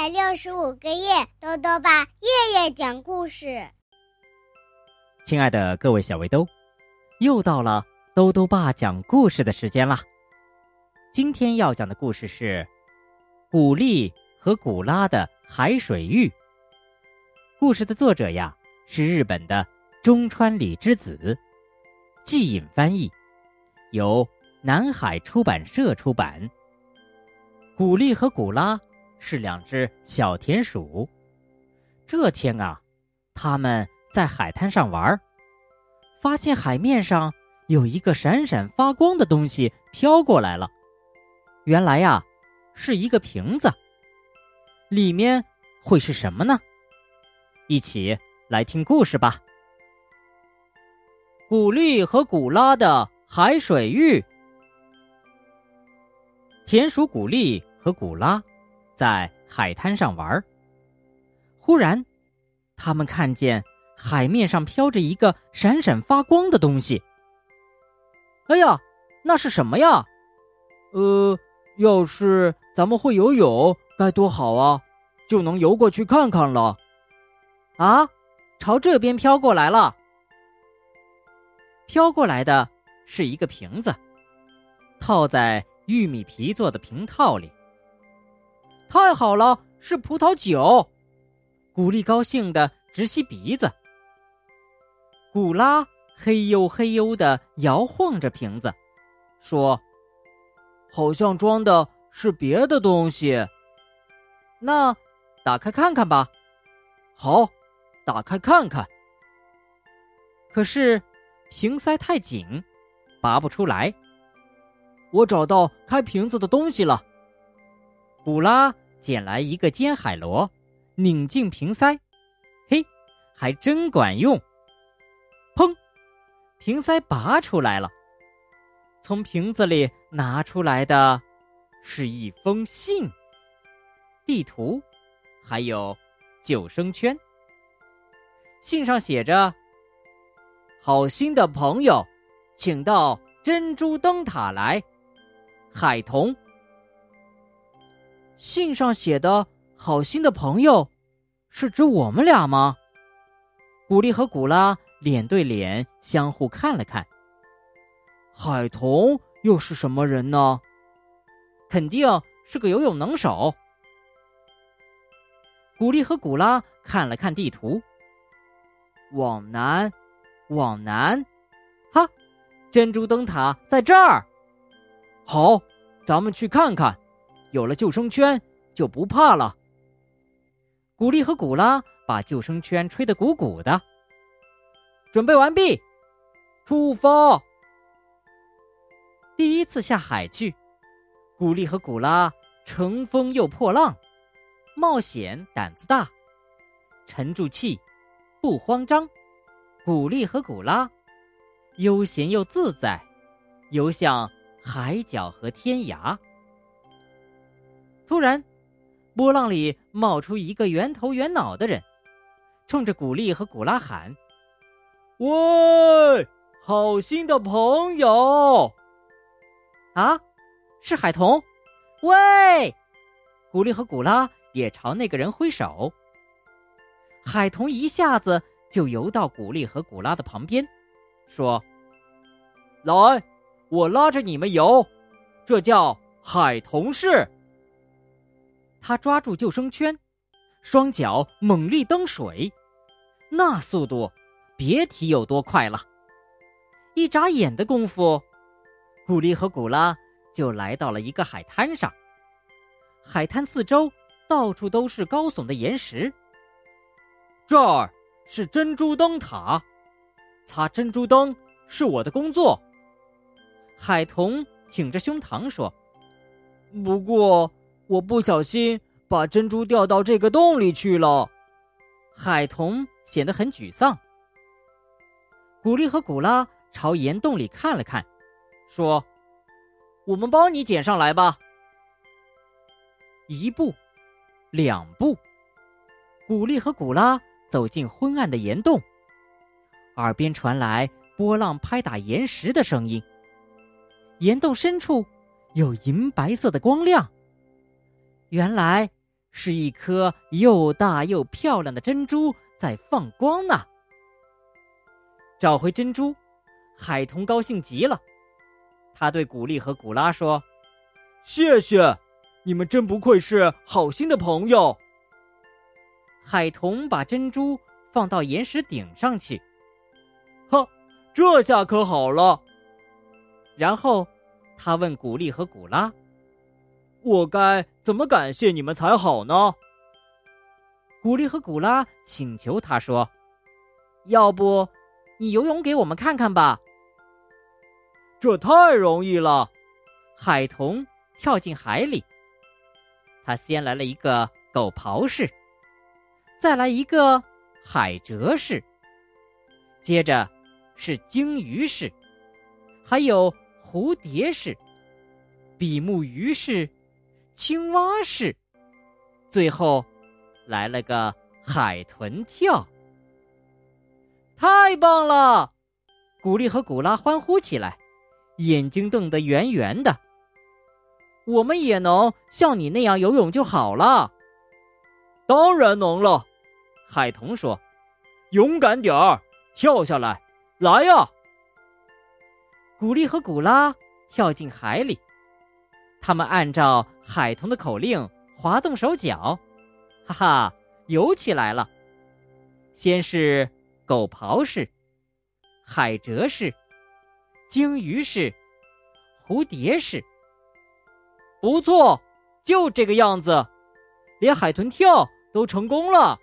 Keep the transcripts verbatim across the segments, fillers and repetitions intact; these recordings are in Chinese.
百六十五个夜，豆豆爸夜夜讲故事。 亲爱的各位小围兜，又到了豆豆爸讲故事的时间啦。今天要讲的故事是古丽和古拉的海水浴。故事的作者呀是日本的中川里之子，季颖翻译，由南海出版社出版。古丽和古拉是两只小田鼠。这天啊，他们在海滩上玩，发现海面上有一个闪闪发光的东西飘过来了。原来呀，是一个瓶子。里面会是什么呢？一起来听故事吧。古丽和古拉的海水浴。田鼠古丽和古拉在海滩上玩，忽然他们看见海面上飘着一个闪闪发光的东西。哎呀，那是什么呀？ 呃，要是咱们会游泳该多好啊，就能游过去看看了。 啊，朝这边飘过来了。飘过来的是一个瓶子，套在玉米皮做的瓶套里。太好了，是葡萄酒！古丽高兴地直吸鼻子。古拉嘿呦嘿呦地摇晃着瓶子，说： 好像装的是别的东西。 那打开看看吧。 好，打开看看。 可是瓶塞太紧，拔不出来。 我找到开瓶子的东西了。 古拉捡来一个尖海螺，拧进瓶塞，嘿，还真管用。砰，瓶塞拔出来了。从瓶子里拿出来的是一封信，地图，还有救生圈。信上写着： 好心的朋友，请到珍珠灯塔来，海童。 信上写的好心的朋友，是指我们俩吗？ 古丽和古拉脸对脸相互看了看。 海童又是什么人呢？ 肯定是个游泳能手。古丽和古拉看了看地图， 往南，往南， 哈，珍珠灯塔在这儿。 好，咱们去看看。有了救生圈，就不怕了。 古丽和古拉把救生圈吹得鼓鼓的。准备完毕， 出发。 第一次下海去，古丽和古拉乘风又破浪，冒险胆子大，沉住气，不慌张。古丽和古拉悠闲又自在，游向海角和天涯。突然，波浪里冒出一个圆头圆脑的人，冲着古丽和古拉喊： 喂，好心的朋友！ 啊，是海童！喂！古丽和古拉也朝那个人挥手。海童一下子就游到古丽和古拉的旁边，说： 来，我拉着你们游，这叫海童式。 他抓住救生圈，双脚猛力蹬水，那速度别提有多快了。一眨眼的功夫，古丽和古拉就来到了一个海滩上。海滩四周到处都是高耸的岩石。 这儿是珍珠灯塔，擦珍珠灯是我的工作。 海童挺着胸膛说： 不过我不小心把珍珠掉到这个洞里去了。 海童显得很沮丧。古丽和古拉朝岩洞里看了看，说：我们帮你捡上来吧。一步，两步，古丽和古拉走进昏暗的岩洞，耳边传来波浪拍打岩石的声音。岩洞深处有银白色的光亮，原来是一颗又大又漂亮的珍珠在放光呢。找回珍珠，海豚高兴极了，他对古丽和古拉说： 谢谢，你们真不愧是好心的朋友。 海豚把珍珠放到岩石顶上去， 哈，这下可好了。 然后他问古丽和古拉： 我该怎么感谢你们才好呢？ 古丽和古拉请求他说：要不你游泳给我们看看吧。 这太容易了。 海豚跳进海里，他先来了一个狗刨式，再来一个海蜇式，接着是鲸鱼式，还有蝴蝶式、比目鱼式、青蛙式，最后来了个海豚跳。太棒了！古丽和古拉欢呼起来，眼睛瞪得圆圆的。我们也能像你那样游泳就好了。 当然能了， 海豚说。 勇敢点儿，跳下来，来呀！ 古丽和古拉跳进海里，他们按照海豚的口令滑动手脚，哈哈，游起来了。先是狗刨式、海蜇式、鲸鱼式、蝴蝶式。 不错，就这个样子，连海豚跳都成功了。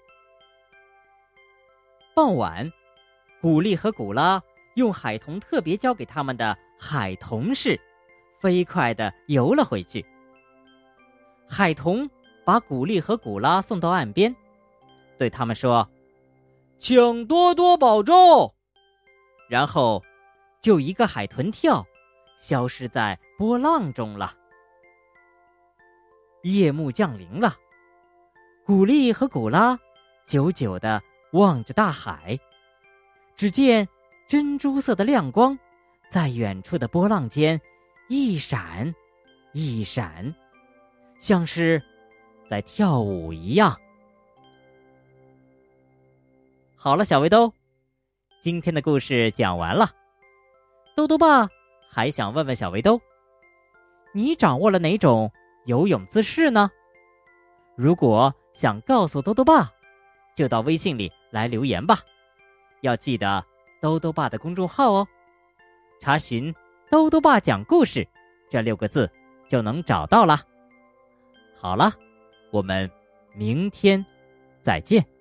傍晚，古丽和古拉用海豚特别教给他们的海豚式，飞快地游了回去。海豚把古丽和古拉送到岸边，对他们说： 请多多保重。 然后就一个海豚跳，消失在波浪中了。夜幕降临了，古丽和古拉久久地望着大海，只见珍珠色的亮光在远处的波浪间一闪一闪，像是在跳舞一样。好了，小围兜，今天的故事讲完了。兜兜爸还想问问小围兜，你掌握了哪种游泳姿势呢？如果想告诉兜兜爸，就到微信里来留言吧。要记得兜兜爸的公众号哦，查询兜兜爸讲故事这六个字就能找到了。好了，我们明天再见。